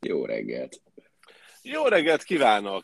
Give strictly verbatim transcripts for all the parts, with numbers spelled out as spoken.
Jó reggelt! Jó reggelt kívánok!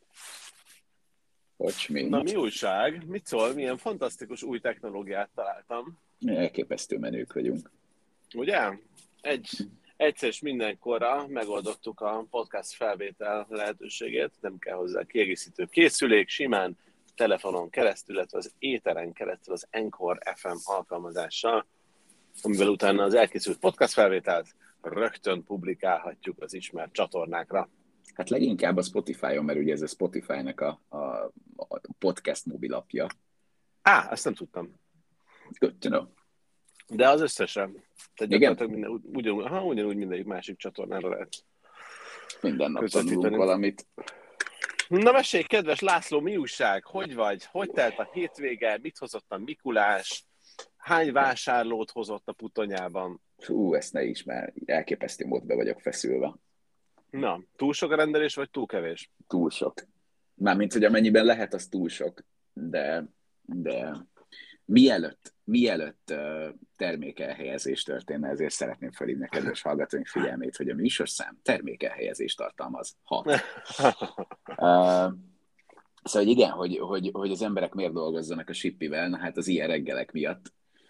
Hogy mint? Na, mi újság? Mit szól? Milyen fantasztikus új technológiát találtam. Mi elképesztő menők vagyunk. Ugye? Egy, egyszer és mindenkorra megoldottuk a podcast felvétel lehetőségét. Nem kell hozzá kiegészítő készülék, simán telefonon keresztül, illetve az éteren keresztül az Anchor ef em alkalmazással, amivel utána az elkészült podcast felvételt rögtön publikálhatjuk az ismert csatornákra. Hát leginkább a Spotify-on, mert ugye ez a Spotify-nak a, a, a podcast mobilapja. Á, ezt nem tudtam. Good to know. De az összesen. Tehát igen? Minden, ugyanúgy, aha, ugyanúgy mindegyik másik csatornára lehet. Minden nap tanulunk valamit. Na mesélj, kedves László, mi újság? Hogy vagy? Hogy telt a hétvége? Mit hozott a Mikulás? Hány vásárlót hozott a putonyában? Hú, ezt ne is, már elképesztő módon be vagyok feszülve. Na, túl sok a rendelés, vagy túl kevés? Túl sok. Mármint, hogy amennyiben lehet, az túl sok, de, de mielőtt, mielőtt uh, termékelhelyezés történne, ezért szeretném felhívni a kedves hallgatóink figyelmét, hogy a műsorszám termékelhelyezést tartalmaz. Hat. uh, szóval igen, hogy, hogy, hogy az emberek miért dolgozzanak a Shippyvel, na hát az ilyen reggelek miatt.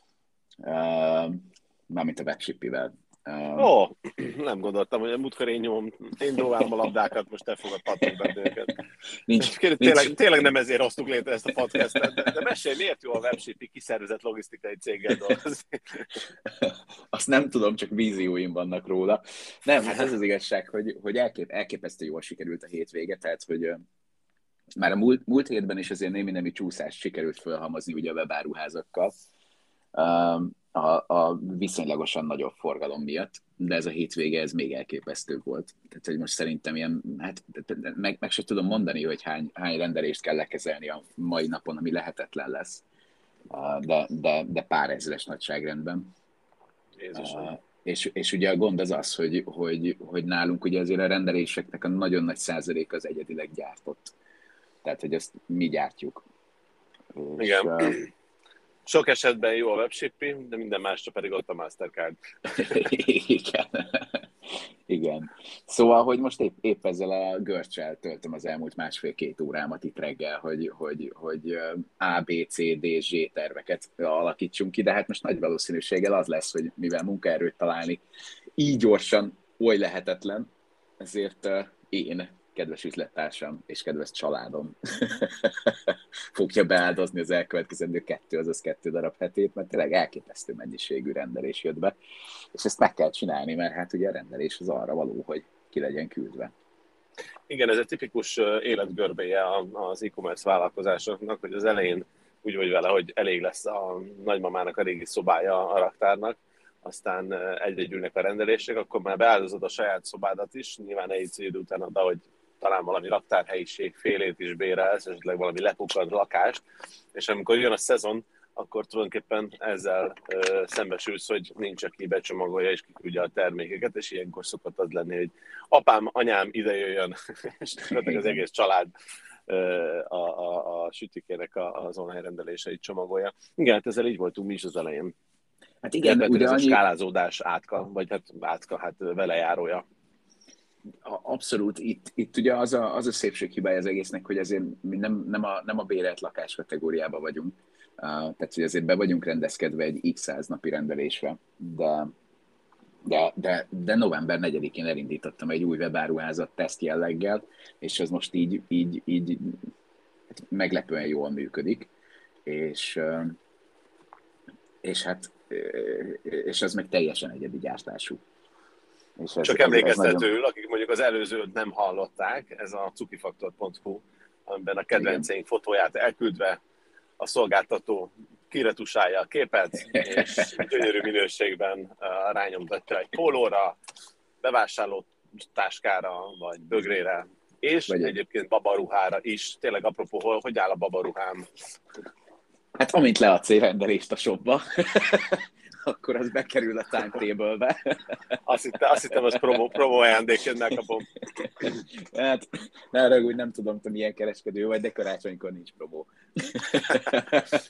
Uh, mármint a webshippivel. Ó, uh, oh, nem gondoltam, hogy a múltkor én nyomom, én dobálom a labdákat, most te fogod pattogni őket. Nincs, nincs. Tényleg, tényleg nem ezért hoztuk létre ezt a podcastet, de, de mesélj, miért jó a webshippi kiszervezett logisztikai céggel dolgozni? Azt nem tudom, csak vízióim vannak róla. Nem, hát ez az igazság, hogy, hogy elkép, elképesztő jól sikerült a hétvége, tehát hogy uh, már a múlt, múlt hétben is azért némi nemű csúszást sikerült felhalmozni ugye a webáruházakkal. Um, A, a viszonylagosan nagyobb forgalom miatt, de ez a hétvége ez még elképesztőbb volt. Tehát, hogy most szerintem ilyen, hát meg, meg se tudom mondani, hogy hány, hány rendelést kell lekezelni a mai napon, ami lehetetlen lesz, de, de, de pár ezres nagyságrendben. Uh, és, és ugye a gond az az, hogy, hogy, hogy nálunk ugye azért a rendeléseknek a nagyon nagy százalék az egyedileg gyártott. Tehát, hogy ezt mi gyártjuk. Igen. És, sok esetben jó a webshippi, de minden másra pedig ott a Mastercard. Igen. Igen. Szóval, hogy most épp, épp ezzel a görcsel töltöm az elmúlt másfél-két órámat itt reggel, hogy, hogy, hogy A, B, C, D, Z terveket alakítsunk ki, de hát most nagy valószínűséggel az lesz, hogy mivel munkaerőt találni így gyorsan oly lehetetlen, ezért én, kedves üzlettársam és kedves családom fogja beáldozni az elkövetkezendő kettő, azaz kettő darab hetét, mert tényleg elképesztő mennyiségű rendelés jött be, és ezt meg kell csinálni, mert hát ugye a rendelés az arra való, hogy ki legyen küldve. Igen, ez egy tipikus életgörbéje az e-commerce vállalkozásoknak, hogy az elején úgy vagy vele, hogy elég lesz a nagymamának a régi szobája a raktárnak, aztán egyre gyűlnek a rendelések, akkor már beáldozod a saját szobádat is, nyilván eljutsz idő után oda, hogy talán valami raktárhelyiség félét is bérelsz, esetleg valami lepukkad lakást, és amikor jön a szezon, akkor tulajdonképpen ezzel ö, szembesülsz, hogy nincs, aki becsomagolja és kiküldje a termékeket, és ilyenkor szokott az lenni, hogy apám, anyám ide jöjjön, és az egész család ö, a, a, a sütikének az online rendeléseit csomagolja. Igen, hát ezzel így voltunk mi is az elején. Hát igen, ugye ez annyi... a skálázódás átka, vagy hát átka, hát velejárója. Abszolút. Itt, itt ugye az a, az a szépség hibája az egésznek, hogy azért mi nem, nem, a, nem a bérelt lakás kategóriában vagyunk. Uh, tehát, hogy azért be vagyunk rendezkedve egy x száz napi rendelésre, de, de, de, de november negyedikén elindítottam egy új webáruházat teszt jelleggel, és az most így, így, így meglepően jól működik, és, és hát és az meg teljesen egyedi gyártású. És ez, Csak emlékeztetőül, nagyon... akik mondjuk az előzőt nem hallották, ez a cukifaktor pont hu, amiben a kedvenceink fotóját elküldve a szolgáltató kiretusálja a képet, és gyönyörű minőségben rányomtatja egy pólóra, bevásárló táskára, vagy bögrére, és vagy egyébként babaruhára is. Tényleg apropó, hogy áll a babaruhám? Hát amint leadsz egy rendelést a shopba, akkor az bekerül a timetable-be. Azt hittem, azt hittem az promo, promo ajándékként megkapom. Hát, ne arra, hogy nem tudom, te milyen kereskedő vagy, de karácsonykor nincs promo.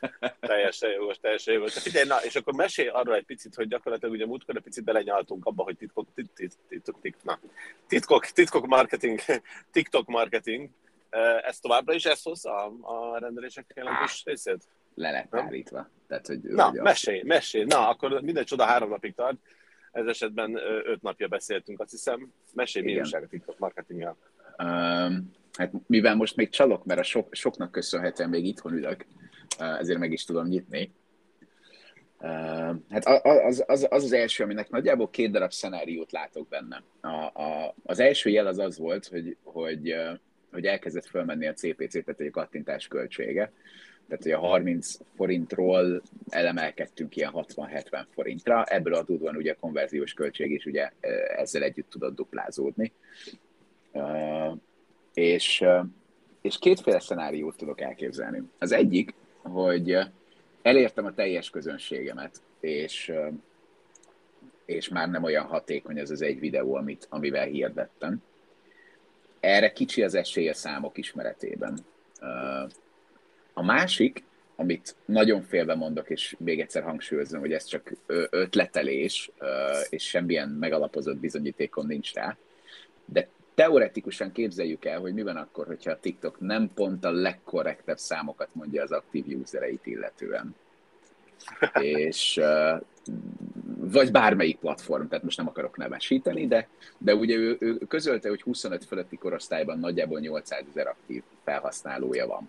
Teljesen jogos, teljesen jogos. De figyelj, na, és akkor mesélj arról egy picit, hogy gyakorlatilag ugye múltkor egy picit belenyaltunk abba, hogy titkok, titkok, titkok, titkok, titkok, titkok marketing, TikTok marketing, ez továbbra is ezt hozza a, a rendelések jelentős részét? Le lett állítva. Tehát, hogy, na, hogy mesélj, mesélj. Na, akkor minden csoda három napig tart. Ez esetben öt napja beszéltünk, azt hiszem. Mesélj, mi újság a TikTok marketinggel? Um, hát mivel most még csalok, mert a sok, soknak köszönhetően még itthon ülök, ezért meg is tudom nyitni. Uh, hát az az, az az első, aminek nagyjából két darab szenáriót látok benne. A, a, az első jel az az volt, hogy, hogy, hogy elkezdett fölmenni a cé pé cé, tehát egy kattintás költsége. Tehát, hogy a harminc forintról elemelkedtünk ilyen hatvan-hetven forintra, ebből adódóan ugye a konverziós költség is ugye ezzel együtt tudott duplázódni. Uh, és, és kétféle szenáriót tudok elképzelni. Az egyik, hogy elértem a teljes közönségemet, és, és már nem olyan hatékony ez az egy videó, amit, amivel hirdettem. Erre kicsi az esély a számok ismeretében. A másik, amit nagyon félve mondok, és még egyszer hangsúlyozom, hogy ez csak ötletelés, és semmilyen megalapozott bizonyítékom nincs rá, de teoretikusan képzeljük el, hogy mi van akkor, hogyha a TikTok nem pont a legkorrektebb számokat mondja az aktív usereit illetően. És vagy bármelyik platform, tehát most nem akarok nevesíteni, de, de ugye ő, ő közölte, hogy huszonöt fölötti korosztályban nagyjából nyolcszázezer aktív felhasználója van.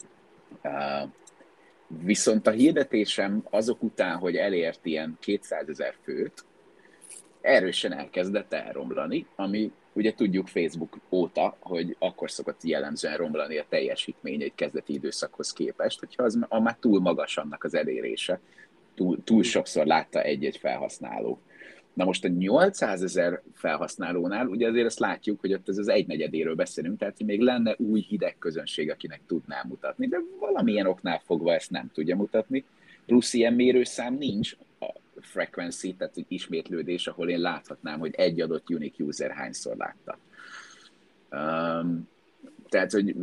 Viszont a hirdetésem azok után, hogy elért ilyen kétszázezer főt, erősen elkezdett elromlani, ami ugye tudjuk Facebook óta, hogy akkor szokott jellemzően romlani a teljesítmény egy kezdeti időszakhoz képest, hogyha az a már túl magas annak az elérése, túl, túl sokszor látta egy-egy felhasználó. Na most a nyolcszázezer felhasználónál ugye azért azt látjuk, hogy ott ez az egynegyedéről beszélünk, tehát még lenne új hideg közönség, akinek tudná mutatni, de valamilyen oknál fogva ezt nem tudja mutatni, plusz ilyen mérőszám nincs, a frequency, tehát egy ismétlődés, ahol én láthatnám, hogy egy adott unique user hányszor látta. Um, tehát, hogy...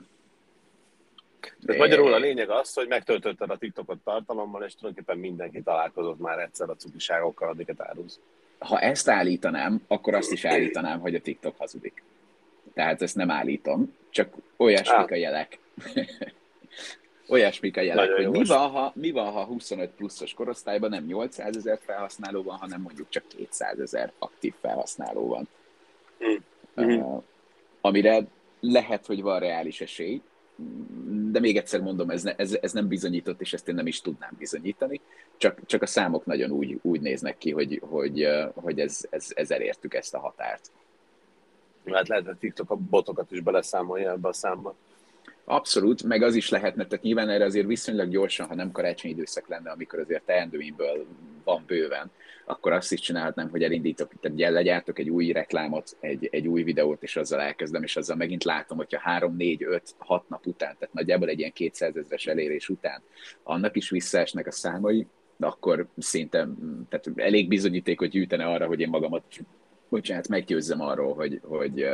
Tehát magyarul a lényeg az, hogy megtöltötted a TikTokot tartalommal, és tulajdonképpen mindenki találkozott már egyszer a cukiságokkal, amiket árulsz. Ha ezt állítanám, akkor azt is állítanám, hogy a TikTok hazudik. Tehát ezt nem állítom, csak olyasmik a jelek. Olyasmik a jelek, hogy mi van, ha, mi van, ha huszonöt pluszos korosztályban nem nyolcszázezer felhasználó van, hanem mondjuk csak kétszázezer aktív felhasználó van. Mm-hmm. Uh, amire lehet, hogy van reális esély, de még egyszer mondom, ez, ne, ez, ez nem bizonyított, és ezt én nem is tudnám bizonyítani, csak, csak a számok nagyon úgy, úgy néznek ki, hogy, hogy, hogy ez, ez, ez elértük ezt a határt. Hát lehet, hogy TikTok a botokat is beleszámolja ebbe a számba. Abszolút, meg az is lehetne, tehát nyilván erre azért viszonylag gyorsan, ha nem karácsonyi időszak lenne, amikor azért teendőimből van bőven, akkor azt is csinálhatnám, hogy elindítok, tehát legyártok egy új reklámot, egy, egy új videót, és azzal elkezdem, és azzal megint látom, hogyha három, négy, öt, hat nap után, tehát nagyjából egy ilyen kétszázezres elérés után, annak is visszaesnek a számai, akkor szinte, tehát elég bizonyítékot gyűjtene arra, hogy én magamat, bocsánat, meggyőzzem arról, hogy, hogy,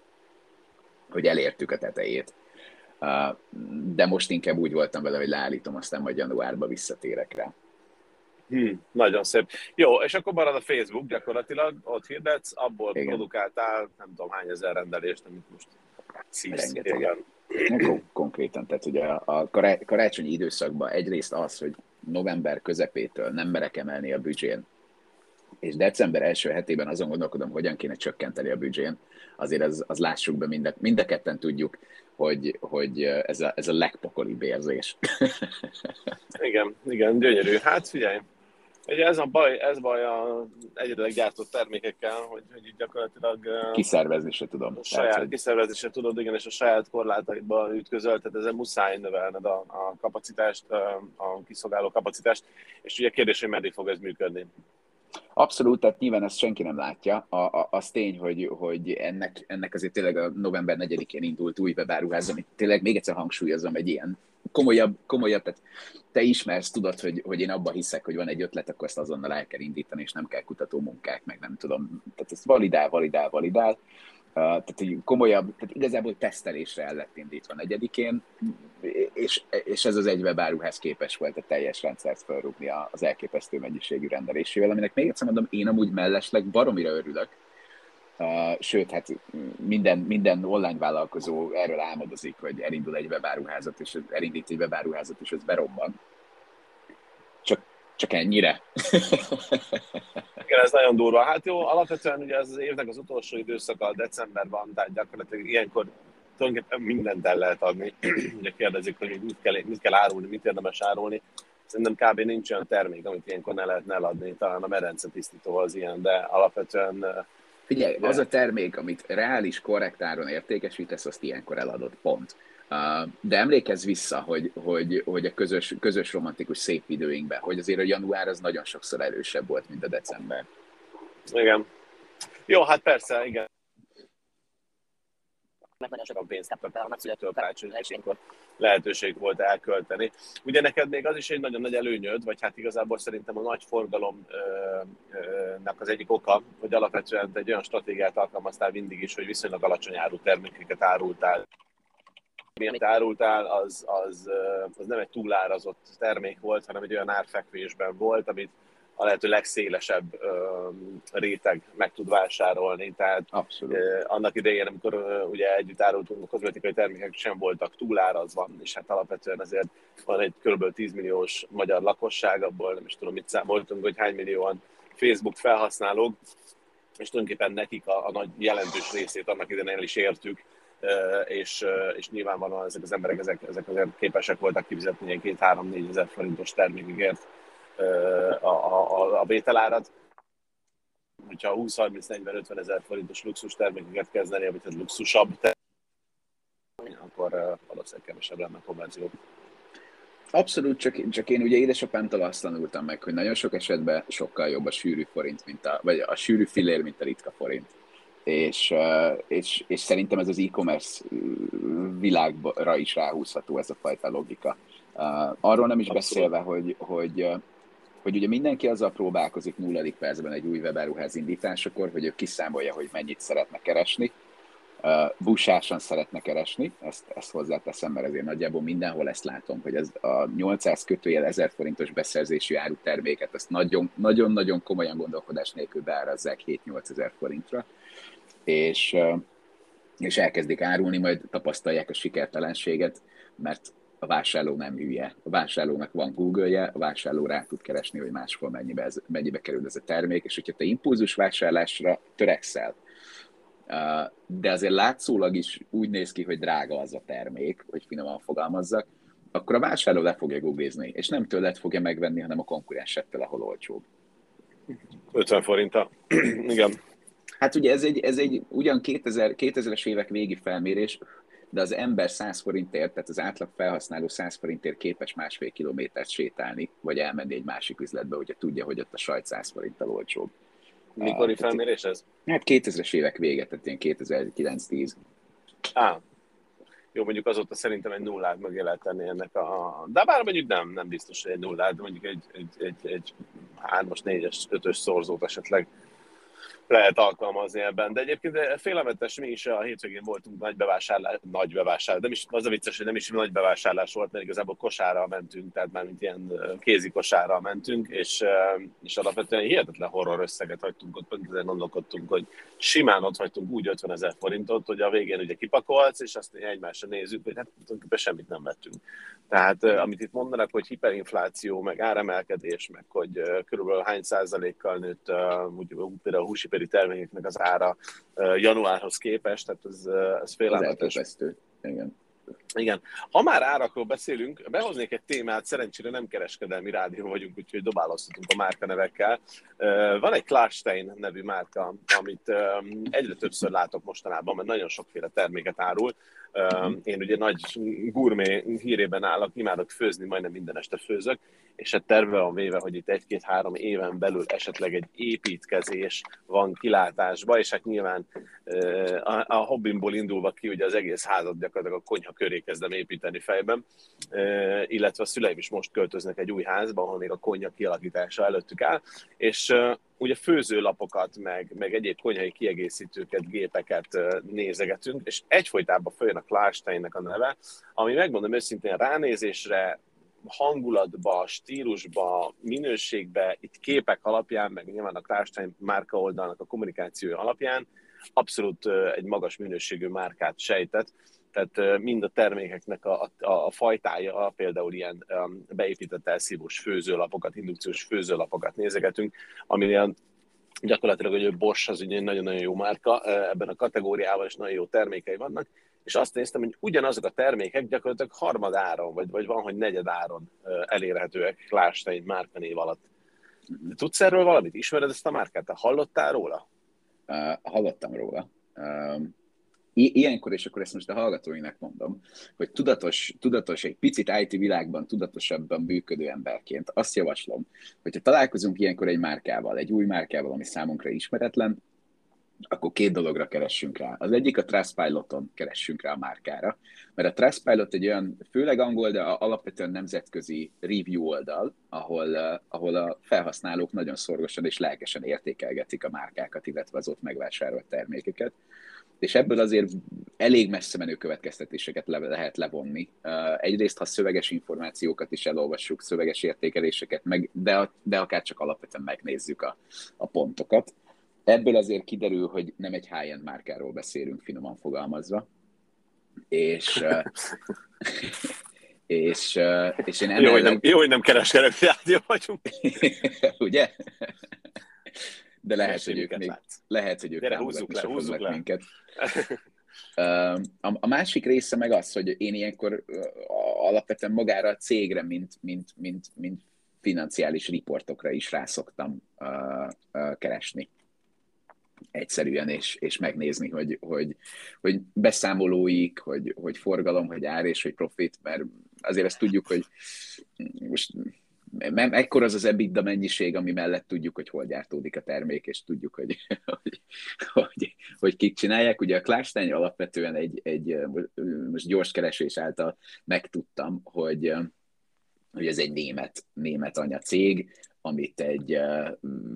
hogy elértük a tetejét. De most inkább úgy voltam vele, hogy leállítom, aztán majd januárba visszatérek rá. Hmm, nagyon szép. Jó, és akkor marad a Facebook gyakorlatilag, ott hirdetsz, abból igen. Produkáltál nem tudom hány ezer rendelést, amit most szívsz. Kon- konkrétan, tehát ugye a karácsonyi időszakban egyrészt az, hogy november közepétől nem merek emelni a büdzsén, és december első hetében azon gondolkodom, hogyan kéne csökkenteni a büdzsén, azért az, az lássuk be, mind a, mind a ketten tudjuk, hogy, hogy ez, a, ez a legpokolibb érzés. Igen, igen, gyönyörű. Hát figyelj, ugye ez a baj, ez baj a egyedileg gyártott termékekkel, hogy, hogy így gyakorlatilag... Kiszervezni se tudom. A saját, tehát, hogy... kiszervezni se tudod, igen, és a saját korlátaidba ütközöl, tehát ezen muszáj növelned a, a kapacitást, a kiszolgáló kapacitást, és ugye kérdés, hogy meddig fog ez működni. Abszolút, tehát nyilván ezt senki nem látja. A, a, az tény, hogy, hogy ennek, ennek azért tényleg a november negyedikén indult új webáruház, amit tényleg még egyszer hangsúlyozom, egy ilyen komolyabb, komolyabb, tehát te ismersz, tudod, hogy, hogy én abban hiszek, hogy van egy ötlet, akkor ezt azonnal el kell indítani, és nem kell kutató munkák, meg nem tudom. Tehát ezt validál, validál, validál. tehát komolyabb, tehát igazából tesztelésre el lett indítva negyedikén, és, és ez az egy webáruház képes volt a teljes rendszert felrúgni az elképesztő mennyiségű rendelésével, aminek még egyszer mondom, én amúgy mellesleg baromira örülök, Uh, sőt, hát minden, minden online vállalkozó erről álmodozik, hogy elindul egy webáruházat, és elindít egy webáruházat, és ez berobban. Csak, csak ennyire. Igen, ez nagyon durva. Hát jó, alapvetően ugye ez az évnek az utolsó időszaka, decemberben, tehát gyakorlatilag ilyenkor tulajdonképpen mindent el lehet adni. Ugye kérdezik, hogy mit kell, mit kell árulni, mit érdemes árulni. Szerintem kb. Nincs olyan termék, amit ilyenkor ne lehetne eladni. Talán a medencetisztító az ilyen, de alapvetően... Figyelj, az a termék, amit reális, korrekt áron értékesítesz, azt ilyenkor eladod, pont. De emlékezz vissza, hogy, hogy, hogy a közös, közös romantikus szép időinkben, hogy azért a január az nagyon sokszor erősebb volt, mint a december. Igen. Jó, hát persze, igen. Meg nagyon sokan pénzt kaptak be a nagyszülőtől karácsonyra, és akkor lehetőség volt elkölteni. Ugye neked még az is egy nagyon nagy előnyöd, vagy hát igazából szerintem a nagy forgalomnak az egyik oka, hogy alapvetően egy olyan stratégiát alkalmaztál mindig is, hogy viszonylag alacsony áru termékeket árultál. Amit árultál, az, az, az nem egy túlárazott termék volt, hanem egy olyan árfekvésben volt, amit a lehető legszélesebb uh, réteg meg tud vásárolni. Tehát uh, annak idején, amikor uh, ugye együtt árultunk, a kozmetikai termékek sem voltak túlárazva, és hát alapvetően azért van egy kb. tíz milliós magyar lakosság, abból nem is tudom, mit számoltunk, hogy hány millióan Facebook felhasználók, és tulajdonképpen nekik a, a nagy jelentős részét annak idején el is értük, uh, és, uh, és nyilvánvalóan ezek az emberek ezek, ezek azért képesek voltak kifizetni ilyen két-három-négy ezer forintos termékigért a, a, a vételárat. Hogyha húsz-harminc-negyven-ötven ezer forintos luxus termékeket kezdeni, vagy hát luxusabb termék, akkor uh, valószínűleg kevesebb lenne a konvenció. Abszolút, csak, csak én ugye édesapámtól azt tanultam meg, hogy nagyon sok esetben sokkal jobb a sűrű forint, mint a, vagy a sűrű fillér, mint a ritka forint. És, és, és szerintem ez az e-commerce világra is ráhúzható ez a fajta logika. Arról nem is Abszolút. beszélve, hogy, hogy hogy ugye mindenki azzal próbálkozik nulladik percben egy új webáruház indításakor, hogy ő kiszámolja, hogy mennyit szeretne keresni. Busásan szeretne keresni, ezt, ezt hozzáteszem, mert azért nagyjából mindenhol ezt látom, hogy ez a nyolcszáz kötőjel ezer forintos beszerzési áru terméket, ezt nagyon-nagyon komolyan gondolkodás nélkül beárazzák hét-nyolc ezer forintra, és, és elkezdik árulni, majd tapasztalják a sikertelenséget, mert a vásárló nem hülye. A vásárlónak van Google-je, a vásárló rá tud keresni, hogy máshol mennyibe, ez, mennyibe kerül ez a termék, és hogyha te impulzus vásárlásra törekszel, de azért látszólag is úgy néz ki, hogy drága az a termék, hogy finoman fogalmazzak, akkor a vásárló le fogja googlezni, és nem tőled fogja megvenni, hanem a konkurensettől, ahol olcsóbb. ötven forinttal. Igen. Hát ugye ez egy, ez egy ugyan kétezer, kétezres évek végi felmérés, de az ember száz forintért, tehát az átlag felhasználó száz forintért képes másfél kilométert sétálni, vagy elmenni egy másik üzletbe, hogyha tudja, hogy ott a sajt száz forinttal olcsóbb. Mikori felmérés ez? Hát kétezres évek vége, tehát ilyen kétezer-kilenc-tíz. Á, jó, mondjuk azóta szerintem egy nullát mögé lehet tenni ennek a... De bár mondjuk nem, nem biztos, hogy egy nullát, de mondjuk egy, egy, egy, egy hármas, négyes, ötös szorzót esetleg lehet alkalmazni ebben. De egyébként félelmetes, mi is a hétvégén voltunk nagy bevásárlás, nagy bevásárlás, nem is, az a vicces, hogy nem is nagy bevásárlás volt, mert igazából kosárral mentünk, tehát már mint ilyen kézi kosárral mentünk, és, és alapvetően hihetetlen horror összeget hagytunk ott, pont ezen gondolkodtunk, hogy simán ott hagytunk úgy ötven ezer forintot, hogy a végén ugye kipakolsz, és azt egymásra nézzük, hogy hát tulajdonképpen semmit nem vettünk. Tehát amit itt mondanak, hogy hiperinfláció, meg áremelkedés, meg hogy körülbelül hány százalékkal nőtt úgy, például a húsipari termékeknek az ára januárhoz képest, tehát ez, ez félelmetes. Igen. Igen. Ha már árakról beszélünk, behoznék egy témát, szerencsére nem kereskedelmi rádió vagyunk, úgyhogy dobáloztatunk a márkanevekkel. Van egy Klarstein nevű márka, amit egyre többször látok mostanában, mert nagyon sokféle terméket árul. Én ugye nagy gurmé hírében állok, imádok főzni, majdnem minden este főzök, és egy terve van véve, hogy itt egy-két-három éven belül esetleg egy építkezés van kilátásba, és hát nyilván a, a hobbimból indulva ki, ugye az egész házat gyakorlatilag a konyha köré kezdem építeni fejben, illetve a szüleim is most költöznek egy új házba, ahol még a konyha kialakítása előttük áll, és ugye főzőlapokat, meg, meg egyéb konyhai kiegészítőket, gépeket nézegetünk, és egyfolytában följön a Klarsteinnek a neve, ami megmondom őszintén ránézésre, hangulatba, stílusba, minőségbe, itt képek alapján, meg nyilván a Klarstein márka oldalnak a kommunikációja alapján abszolút egy magas minőségű márkát sejtett, tehát mind a termékeknek a, a, a fajtája, például ilyen beépített elszívós főzőlapokat, indukciós főzőlapokat nézegetünk, aminél gyakorlatilag hogy a Bosch az ugye nagyon-nagyon jó márka ebben a kategóriában, és nagyon jó termékei vannak, és azt néztem, hogy ugyanazok a termékek gyakorlatilag harmad áron, vagy, vagy van, hogy negyed áron elérhetőek Klarstein márkanév alatt. Tudsz erről valamit? Ismered ezt a márkát? Te hallottál róla? Uh, hallottam róla. Uh, ilyenkor, és akkor ezt most a hallgatóinak mondom, hogy tudatos, tudatos, egy picit i té világban tudatosabban működő emberként azt javaslom, hogyha találkozunk ilyenkor egy márkával, egy új márkával, ami számunkra ismeretlen, akkor két dologra keressünk rá. Az egyik a Trustpiloton keressünk rá a márkára, mert a Trustpilot egy olyan, főleg angol, de alapvetően nemzetközi review oldal, ahol, ahol a felhasználók nagyon szorgosan és lelkesen értékelgetik a márkákat, illetve az ott megvásárolt termékeket. És ebből azért elég messze menő következtetéseket le- lehet levonni. Egyrészt, ha szöveges információkat is elolvassuk, szöveges értékeléseket, meg, de, de akár csak alapvetően megnézzük a, a pontokat. Ebből azért kiderül, hogy nem egy high-end márkáról beszélünk, finoman fogalmazva. És, és, és én emellett... Jó, hogy nem, jó, hogy nem kereskedelmi rádió vagyunk. Ugye? De lehet, hogy ők még, lehet, hogy ők támogatni sem fognak minket. A, a másik része meg az, hogy én ilyenkor alapvetően magára a cégre, mint, mint, mint, mint financiális riportokra is rászoktam uh, uh, keresni. Egyszerűen, és, és megnézni, hogy, hogy, hogy beszámolóik, hogy, hogy forgalom, hogy ár és hogy profit, mert azért ezt tudjuk, hogy most ekkor az az EBITDA mennyiség, ami mellett tudjuk, hogy hol gyártódik a termék, és tudjuk, hogy, hogy, hogy, hogy kik csinálják. Ugye a Klarstein alapvetően egy, egy most gyors keresés által megtudtam, hogy, hogy ez egy német, német anyacég, amit egy uh,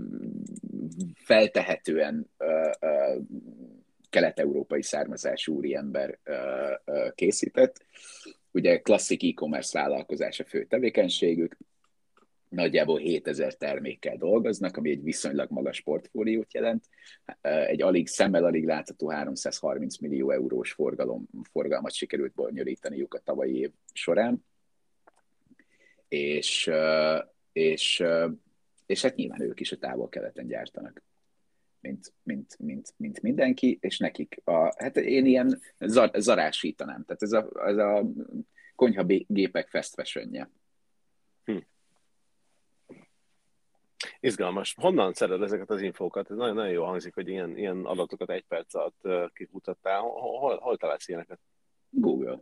feltehetően uh, uh, kelet-európai származású úriember uh, uh, készített. Ugye klasszik e-commerce vállalkozás a fő tevékenységük, nagyjából hétezer termékkel dolgoznak, ami egy viszonylag magas portfóliót jelent. Egy alig, szemmel alig látható háromszázharminc millió eurós forgalom, forgalmat sikerült bonyolítaniuk a tavalyi év során. És, és, és hát nyilván ők is a távol-keleten gyártanak, mint, mint, mint, mint mindenki, és nekik, a, hát én ilyen zar, zarásítanám, tehát ez a, ez a konyhagépek fast fashionje. Hm. Izgalmas. Honnan szeded ezeket az infókat? Ez nagyon, nagyon jó hangzik, hogy ilyen, ilyen adatokat egy perc alatt kifutattál. Hol, hol találsz ilyeneket? Google.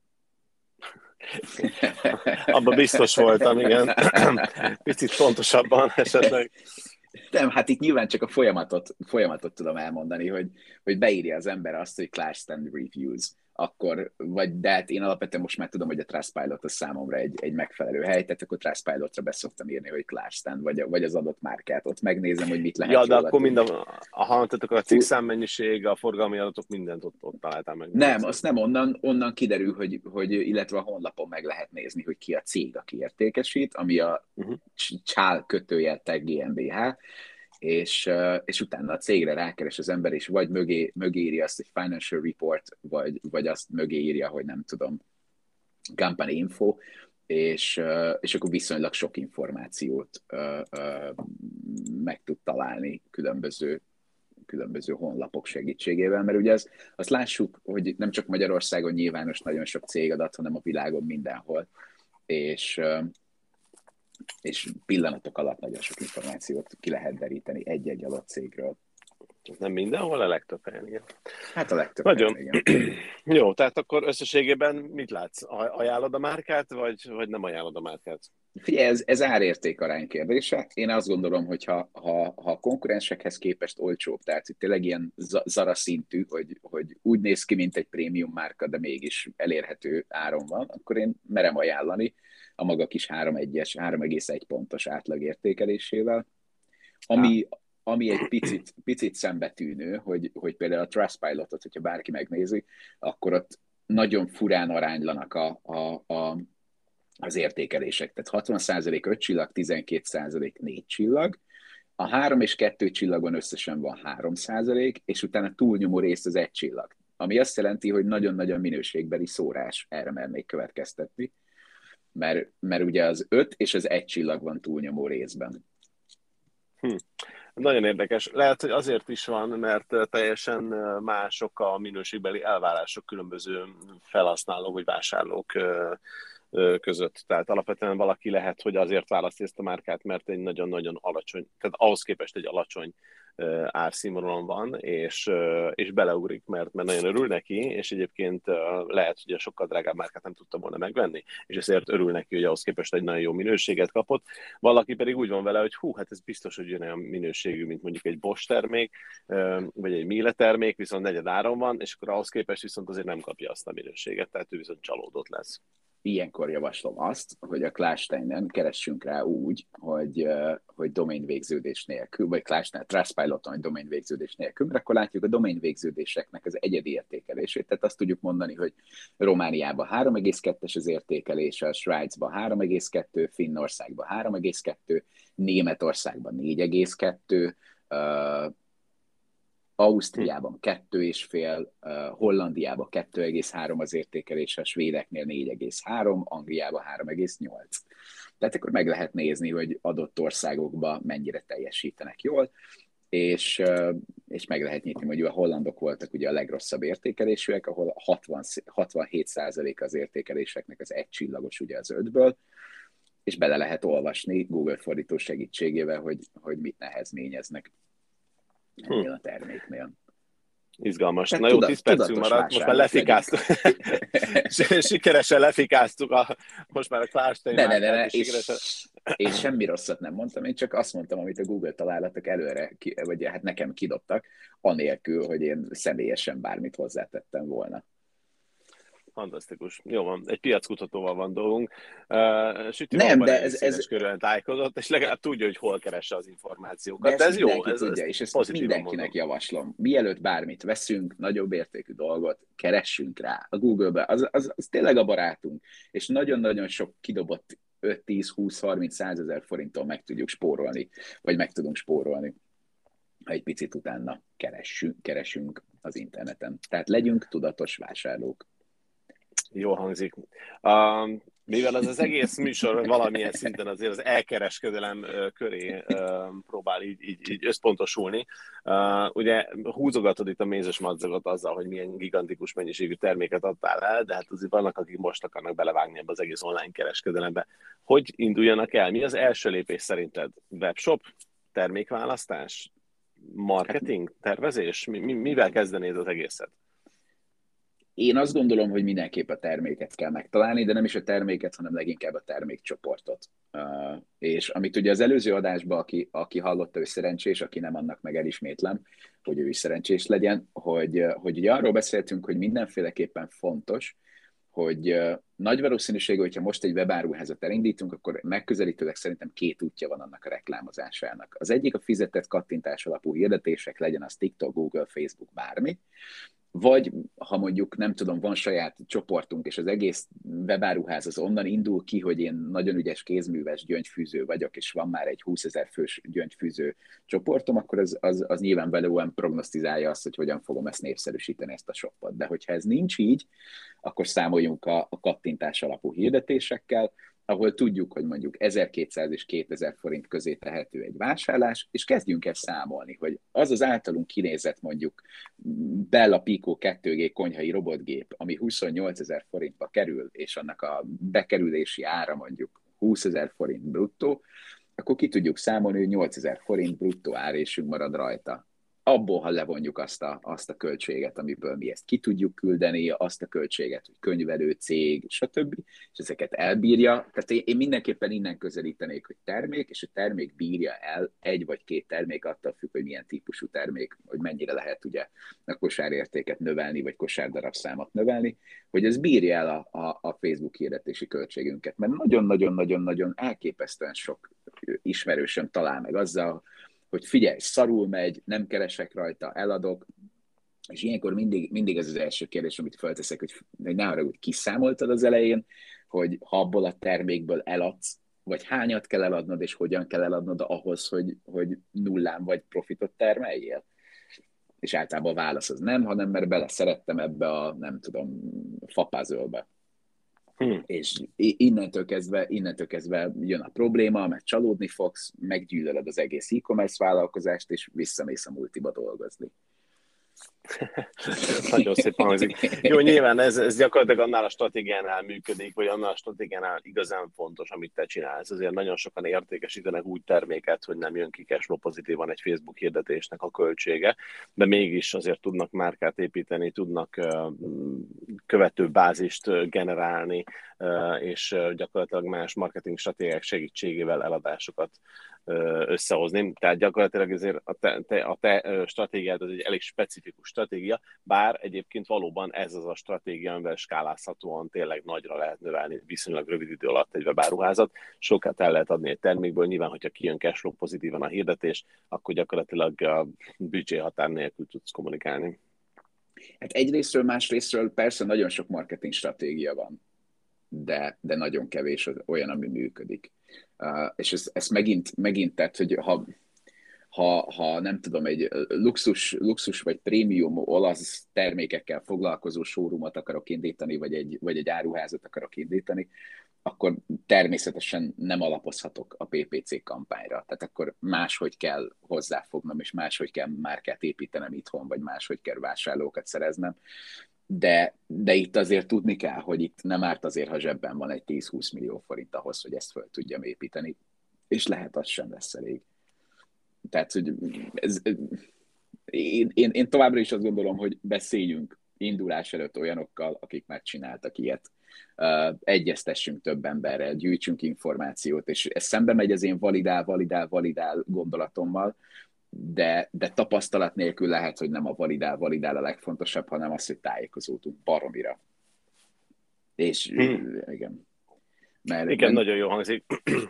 Abban biztos voltam, igen. Picit pontosabban esetleg. Nem, hát itt nyilván csak a folyamatot, folyamatot tudom elmondani, hogy, hogy beírja az ember azt, hogy Klarstein Reviews, akkor, vagy, de hát én alapvetően most már tudom, hogy a Trustpilot a számomra egy, egy megfelelő hely, tehát akkor Trustpilotra beszoktam írni, hogy Klarstein, vagy, vagy az adott márkát, ott megnézem, hogy mit lehet. Ja, de akkor mind a, a, tehát a cikkszámmennyiség, a forgalmi adatok, mindent ott, ott találtál meg. Nem, azt nem onnan, onnan kiderül, hogy, hogy, illetve a honlapon meg lehet nézni, hogy ki a cég, aki értékesít, ami a uh-huh. Csál kötőjel Tech GmbH, és, és utána a cégre rákeres az ember, és vagy mögé, mögé írja azt, hogy financial report, vagy, vagy azt mögé írja, hogy nem tudom, company info, és, és akkor viszonylag sok információt meg tud találni különböző, különböző honlapok segítségével, mert ugye az, azt lássuk, hogy nem csak Magyarországon nyilvános nagyon sok cégadat, hanem a világon mindenhol, és és pillanatok alatt nagyon sok információt ki lehet deríteni egy-egy adott cégről. Nem mindenhol, a legtöbb helyen, igen. Hát a legtöbb nagyon. helyen, igen. Jó, tehát akkor összességében mit látsz? Ajánlod a márkát, vagy, vagy nem ajánlod a márkát? Figyelj, ez, ez árérték-arány kérdése. Én azt gondolom, hogy ha, ha, ha a konkurensekhez képest olcsóbb, tehát hogy tényleg ilyen Zara szintű, hogy, hogy úgy néz ki, mint egy prémium márka, de mégis elérhető áron van, akkor én merem ajánlani a maga kis három egyes, három egész egy pontos átlagértékelésével. Há. Ami, ami egy picit, picit szembetűnő, hogy, hogy például a Trustpilotot, hogyha bárki megnézi, akkor ott nagyon furán aránylanak a, a, a az értékelések. Tehát hatvan százalék öt csillag, tizenkét százalék négy csillag. A három és kettő csillagon összesen van három százalék, és utána túlnyomó rész az egy csillag. Ami azt jelenti, hogy nagyon-nagyon minőségbeli szórás, erre mernék következtetni, mert, mert ugye az öt és az egy csillag van túlnyomó részben. Hm. Nagyon érdekes. Lehet, hogy azért is van, mert teljesen mások a minőségbeli elvárások különböző felhasználók vagy vásárlók között. Tehát alapvetően valaki lehet, hogy azért választja ezt a márkát, mert egy nagyon-nagyon alacsony, tehát ahhoz képest egy alacsony árszínvonalon van, és, és beleugrik, mert, mert nagyon örül neki, és egyébként lehet, hogy a sokkal drágább márkát nem tudta volna megvenni, és ezért örül neki, hogy ahhoz képest egy nagyon jó minőséget kapott. Valaki pedig úgy van vele, hogy hú, hát ez biztos, hogy olyan minőségű, mint mondjuk egy Bosch termék, vagy egy Miele termék, viszont negyed áron van, és akkor ahhoz képest viszont azért nem kapja azt a minőséget, tehát ő viszont csalódott lesz. Ilyenkor javaslom azt, hogy a Klásteinen keressünk rá úgy, hogy, hogy domain végződés nélkül, vagy Klástein, Trustpiloton, hogy domain végződés nélkül, mert akkor látjuk a domain végződéseknek az egyedi értékelését. Tehát azt tudjuk mondani, hogy Romániában három egész kettes az értékelése, Svájcban három egész kettő, Finnországban három egész kettő, Németországban négy egész kettő, uh, Ausztriában kettő és fél, uh, Hollandiában kettő egész három az értékelése, a svédeknél négy egész három, Angliában három egész nyolc. Tehát akkor meg lehet nézni, hogy adott országokban mennyire teljesítenek jól, és, uh, és meg lehet nyitni, hogy a hollandok voltak ugye a legrosszabb értékelésűek, ahol hatvan, hatvanhét százalék az értékeléseknek az egy csillagos ugye az ötből, és bele lehet olvasni Google fordító segítségével, hogy, hogy mit nehezményeznek ennél a terméknél. Izgalmas. Tehát na jó, tudat, tíz percünk maradt, most már lefikáztuk. Sikeresen lefikáztuk, a, most már a Klástein ne, ne, ne, ne. és sikeresen... Én semmi rosszat nem mondtam, én csak azt mondtam, amit a Google találatok előre, vagy hát nekem kidobtak, anélkül, hogy én személyesen bármit hozzátettem volna. Fantasztikus. Jó van, egy piackutatóval van dolgunk. Uh, Süti nem, de ez, ez... körülön tájékozott, és legalább tudja, hogy hol keresse az információkat. De, de ez jó. Ez, tudja, ez és ezt mindenkinek mondom. Javaslom. Mielőtt bármit veszünk, nagyobb értékű dolgot, keressünk rá a Google-be. Az, az, az tényleg a barátunk. És nagyon-nagyon sok kidobott öt, tíz, húsz, harminc, százezer forinttól meg tudjuk spórolni, vagy meg tudunk spórolni, ha egy picit utána keressünk, keresünk az interneten. Tehát legyünk tudatos vásárlók. Jól hangzik. Uh, mivel ez az egész műsor valamilyen szinten azért az elkereskedelem uh, köré uh, próbál így, így, így összpontosulni, uh, ugye húzogatod itt a mézes madzagot azzal, hogy milyen gigantikus mennyiségű terméket adtál el, de hát azért vannak, akik most akarnak belevágni ebbe az egész online kereskedelembe. Hogy induljanak el? Mi az első lépés szerinted? Webshop? Termékválasztás? Marketing? Tervezés? Mi, mi, mivel kezdenéd az egészet? Én azt gondolom, hogy mindenképp a terméket kell megtalálni, de nem is a terméket, hanem leginkább a termékcsoportot. Uh, és amit ugye az előző adásban, aki, aki hallotta, ő szerencsés, aki nem, annak meg elismétlem, hogy ő is szerencsés legyen, hogy, hogy ugye arról beszéltünk, hogy mindenféleképpen fontos, hogy uh, nagy valószínűség, hogyha most egy webáruházat elindítunk, akkor megközelítőleg szerintem két útja van annak a reklámozásának. Az egyik a fizetett kattintás alapú hirdetések, legyen az TikTok, Google, Facebook, bármi, vagy ha mondjuk, nem tudom, van saját csoportunk, és az egész webáruház az onnan indul ki, hogy én nagyon ügyes kézműves gyöngyfűző vagyok, és van már egy húszezer fős gyöngyfűző csoportom, akkor az, az, az nyilvánvalóan prognosztizálja azt, hogy hogyan fogom ezt népszerűsíteni, ezt a shopot. De hogyha ez nincs így, akkor számoljunk a, a kattintás alapú hirdetésekkel, ahol tudjuk, hogy mondjuk ezerkétszáz és kétezer forint közé tehető egy vásárlás, és kezdjünk el számolni, hogy az az általunk kinézett mondjuk Bella Pico kettő G konyhai robotgép, ami huszonnyolcezer forintba kerül, és annak a bekerülési ára mondjuk húszezer forint bruttó, akkor ki tudjuk számolni, hogy nyolcezer forint bruttó árésünk marad rajta. abból, ha levonjuk azt a, azt a költséget, amiből mi ezt ki tudjuk küldeni, azt a költséget, hogy könyvelő cég, stb., és ezeket elbírja. Tehát én, én mindenképpen innen közelítenék, hogy termék, és a termék bírja el, egy vagy két termék, attól függ, hogy milyen típusú termék, hogy mennyire lehet ugye a kosárértéket növelni, vagy kosárdarabszámot növelni, hogy ez bírja el a, a, a Facebook hirdetési költségünket. Mert nagyon-nagyon-nagyon-nagyon elképesztően sok ismerősöm talál meg azzal, hogy figyelj, szarul megy, nem keresek rajta, eladok, és ilyenkor mindig, mindig ez az első kérdés, amit felteszek, hogy, hogy ne arra, hogy kiszámoltad az elején, hogy ha abból a termékből eladsz, vagy hányat kell eladnod, és hogyan kell eladnod ahhoz, hogy, hogy nullán vagy profitot termeljél. És általában a válasz az nem, hanem mert beleszerettem ebbe a, nem tudom, fapázölbe. Hmm. És innentől kezdve, innentől kezdve jön a probléma, mert csalódni fogsz, meggyűlölöd az egész e-commerce vállalkozást, és visszamész a multiba dolgozni. Nagyon szép hangzik. Jó, nyilván ez, ez gyakorlatilag annál a stratégiánál működik, vagy annál a stratégiánál igazán fontos, amit te csinálsz. Azért nagyon sokan értékesítenek úgy terméket, hogy nem jön ki cashflow pozitívan egy Facebook hirdetésnek a költsége, de mégis azért tudnak márkát építeni, tudnak követőbázist generálni, és gyakorlatilag más marketing stratégiák segítségével eladásokat összehozni. Tehát gyakorlatilag ezért a te, te, a te stratégiád az egy elég specifikus stratégia, bár egyébként valóban ez az a stratégia, amivel skálázhatóan tényleg nagyra lehet növelni viszonylag rövid idő alatt egy webáruházat. Sokat el lehet adni egy termékből, nyilván, hogyha kijön cashflow pozitívan a hirdetés, akkor gyakorlatilag a büdzsé határ nélkül tudsz kommunikálni. Hát egyrésztről, másrésztről persze nagyon sok marketing stratégia van, de, de nagyon kevés olyan, ami működik. Uh, és ez, ez megint, megint tehát, hogy ha, ha, ha nem tudom, egy luxus, luxus vagy prémium olasz termékekkel foglalkozó showroomot akarok indítani, vagy egy, vagy egy áruházat akarok indítani, akkor természetesen nem alapozhatok a pé pé cé kampányra. Tehát akkor máshogy kell hozzáfognom, és máshogy kell márkát építenem itthon, vagy máshogy kell vásárlókat szereznem. De, de itt azért tudni kell, hogy itt nem árt azért, ha zsebben van egy tíz-húsz millió forint ahhoz, hogy ezt föl tudjam építeni. És lehet, az sem lesz elég. Tehát, hogy ez, én, én, én továbbra is azt gondolom, hogy beszéljünk indulás előtt olyanokkal, akik már csináltak ilyet. Uh, egyeztessünk több emberrel, gyűjtsünk információt, és ez szembe megy az én validál, validál, validál gondolatommal, de, de tapasztalat nélkül lehet, hogy nem a validál, validál a legfontosabb, hanem az, hogy tájékozódunk baromira. És hmm. igen. Mert, igen, mert... nagyon jó hangzik.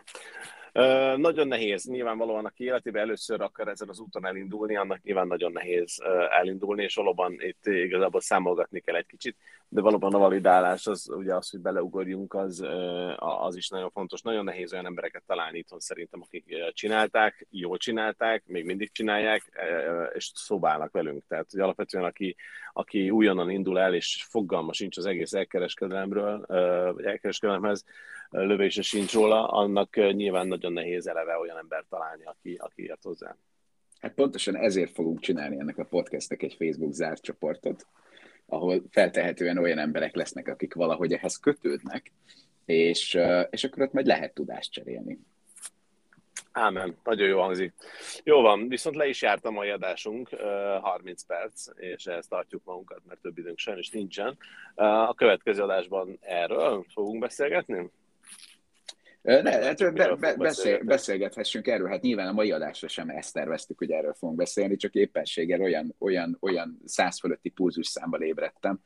Uh, nagyon nehéz, nyilvánvalóan aki életében először akar ezen az úton elindulni, annak nyilván nagyon nehéz uh, elindulni, és valóban itt igazából számolgatni kell egy kicsit, de valóban a validálás, az ugye az, hogy beleugorjunk, az, uh, az is nagyon fontos. Nagyon nehéz olyan embereket találni itthon szerintem, akik csinálták, jól csinálták, még mindig csinálják, uh, és szobálnak velünk. Tehát hogy alapvetően aki, aki újonnan indul el, és fogalma sincs az egész elkereskedelemről, uh, vagy elkereskedelemhez, lövése sincs róla, annak nyilván nagyon nehéz eleve olyan embert találni, aki, aki ért hozzá. Hát pontosan ezért fogunk csinálni ennek a podcastnek egy Facebook zárt csoportot, ahol feltehetően olyan emberek lesznek, akik valahogy ehhez kötődnek, és, és akkor ott majd lehet tudást cserélni. Ámen, nagyon jó hangzik. Jó van, viszont le is járt a mai adásunk, harminc perc, és ezt tartjuk magunkat, mert több időnk sajnos nincsen. A következő adásban erről fogunk beszélgetni? Ne, hát be, be, beszél, beszélgethessünk erről, hát nyilván a mai adásra sem ezt terveztük, hogy erről fogunk beszélni, csak éppenséggel olyan, olyan, olyan száz fölötti pulzusszámmal ébredtem,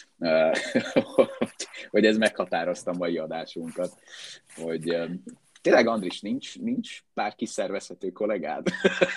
hogy, hogy ez meghatározta a mai adásunkat, hogy tényleg, Andris, nincs, nincs pár kiszervezhető kollégád?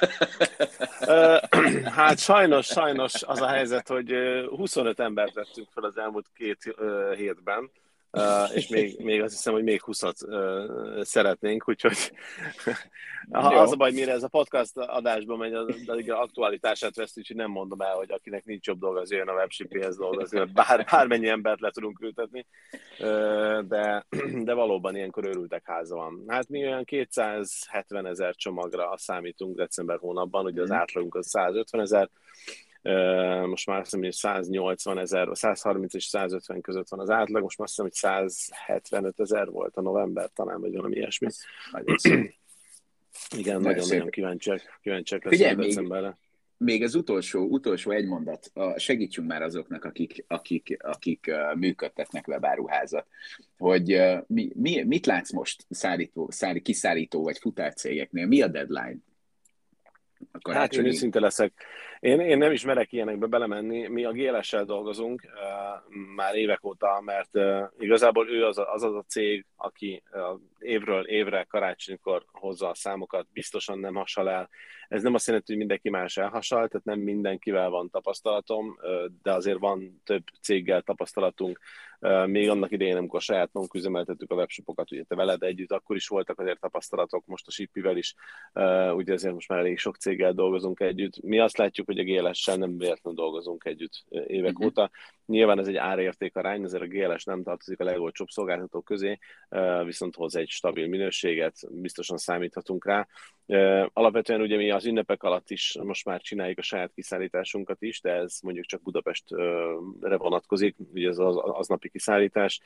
Hát sajnos, sajnos az a helyzet, hogy huszonöt embert vettünk fel az elmúlt két hétben, Uh, és még, még azt hiszem, hogy még húszat uh, szeretnénk, úgyhogy az a baj, mire ez a podcast adásban megy, az, az aktualitását veszi, úgyhogy nem mondom el, hogy akinek nincs jobb dolga, az jöjjön a webshippéhez dolgozni, mert bár, bármennyi embert le tudunk ültetni, uh, de, de valóban ilyenkor őrültek háza van. Hát mi olyan kétszázhetven ezer csomagra számítunk december hónapban, ugye az átlagunk az százötven ezer, most már azt hiszem, hogy száznyolcvan ezer, százharminc és százötven között van az átlag, most már azt hiszem, hogy százhetvenöt ezer volt a november, talán, vagy valami ilyesmi. Igen, nagyon-nagyon kíváncsiak, kíváncsiak leszünk decemberre. még az utolsó, utolsó egy mondat, segítsünk már azoknak, akik, akik, akik működtetnek webáruházat, hogy mi, mi, mit látsz most szállító, szállí, kiszállító vagy futárcégeknél, mi a deadline? A Hát én karácsonyi... őszinte leszek. Én, én nem is merek ilyenekbe belemenni. Mi a gé el es-sel dolgozunk uh, már évek óta, mert uh, igazából ő az, a, az az a cég, aki uh, évről évre karácsonykor hozza a számokat, biztosan nem hasal el. Ez nem azt jelenti, hogy mindenki más elhasal, tehát nem mindenkivel van tapasztalatom, uh, de azért van több céggel tapasztalatunk. Uh, még annak idején, amikor saját magunk üzemeltettük a webshopokat, ugye te veled együtt, akkor is voltak azért tapasztalatok, most a Shippivel is, uh, ugye azért most már elég sok céggel dolgozunk együtt. Mi azt látjuk, hogy a gé el es-sel nem véletlenül dolgozunk együtt évek uh-huh. óta. Nyilván ez egy árérték arány, ezért a gé el es nem tartozik a legolcsóbb szolgáltatók közé, viszont hoz egy stabil minőséget, biztosan számíthatunk rá. Alapvetően ugye mi az ünnepek alatt is most már csináljuk a saját kiszállításunkat is, de ez mondjuk csak Budapestre vonatkozik, ugye ez az aznapi kiszállítás,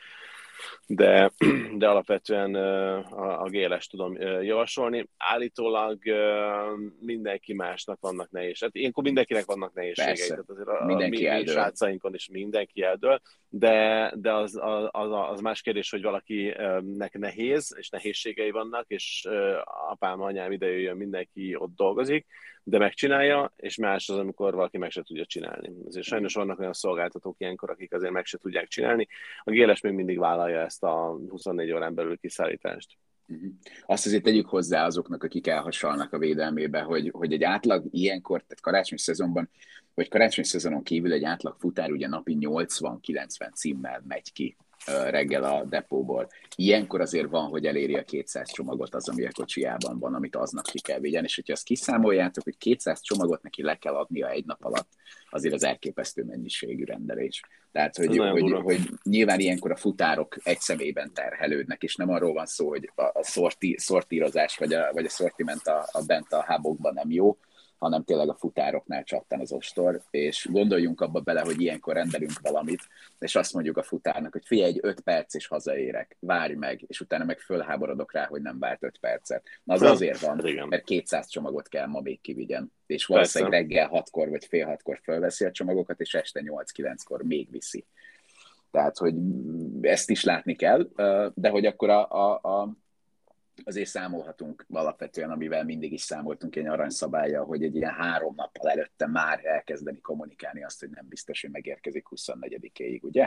de, de alapvetően a, a gé el es tudom javasolni. Állítólag mindenki másnak vannak nehézségei. Hát ilyenkor mindenkinek vannak nehézségei. Tehát azért a, a mi, mi srácainkon is mindenki eldől, de, de az, az, az, az más kérdés, hogy valakinek nehéz, és nehézségei vannak, és apám, anyám ide jöjjön, mindenki ott dolgozik, de megcsinálja, és más az, amikor valaki meg se tudja csinálni. Azért sajnos vannak olyan szolgáltatók ilyenkor, akik azért meg se tudják csinálni. A gé el es még mindig vállalja ezt a huszonnégy órán belül kiszállítást. Uh-huh. Azt azért tegyük hozzá azoknak, akik elhasalnak a védelmébe, hogy, hogy egy átlag ilyenkor, tehát karácsonyi szezonban, vagy karácsonyi szezonon kívül egy átlag futár ugye napi nyolcvan-kilencven címmel megy ki reggel a depóból. Ilyenkor azért van, hogy eléri a kétszáz csomagot az, ami a kocsijában van, amit aznap ki kell vigyen, és hogyha azt kiszámoljátok, hogy kétszáz csomagot neki le kell adnia egy nap alatt, azért az elképesztő mennyiségű rendelés. Tehát, hogy, hogy, hogy nyilván ilyenkor a futárok egy személyben terhelődnek, és nem arról van szó, hogy a szorti, szortírozás vagy a, vagy a szortiment a, a bent a hubokban nem jó, hanem tényleg a futároknál csattan az ostor, és gondoljunk abba bele, hogy ilyenkor rendelünk valamit, és azt mondjuk a futárnak, hogy figyelj, egy öt perc és hazaérek, várj meg, és utána meg fölháborodok rá, hogy nem várt öt percet. Na az azért van, mert kétszáz csomagot kell ma még kivigyen, és valószínűleg reggel hatkor vagy fél hatkor fölveszi a csomagokat, és este nyolc-kilenckor még viszi. Tehát, hogy ezt is látni kell, de hogy akkor a, a, a azért számolhatunk alapvetően, amivel mindig is számoltunk egy aranyszabálya, hogy egy ilyen három nappal előtte már elkezdeni kommunikálni azt, hogy nem biztos, hogy megérkezik huszonnegyedikéig, ugye?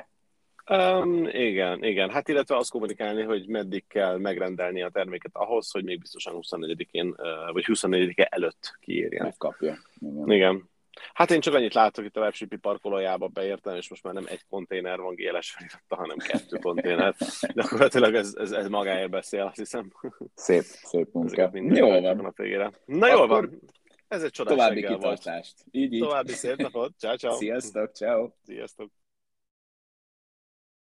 Um, igen, igen. Hát illetve azt kommunikálni, hogy meddig kell megrendelni a terméket ahhoz, hogy még biztosan huszonnegyedikén, vagy huszonnegyedike előtt kiírja. Megkapja. Igen. igen. Hát én csak annyit látok, itt a Webshippi parkolójába beértem, és most már nem egy konténer van gé el es feliratta, hanem kettő konténer. Gyakorlatilag ez, ez, ez magáért beszél, azt hiszem. Szép, szép munka. Jól van. A végére. Na jól van. Ez egy csodás további kitartást. Így, így. További szép napot. Ciao, ciao. Sziasztok, ciao. Sziasztok.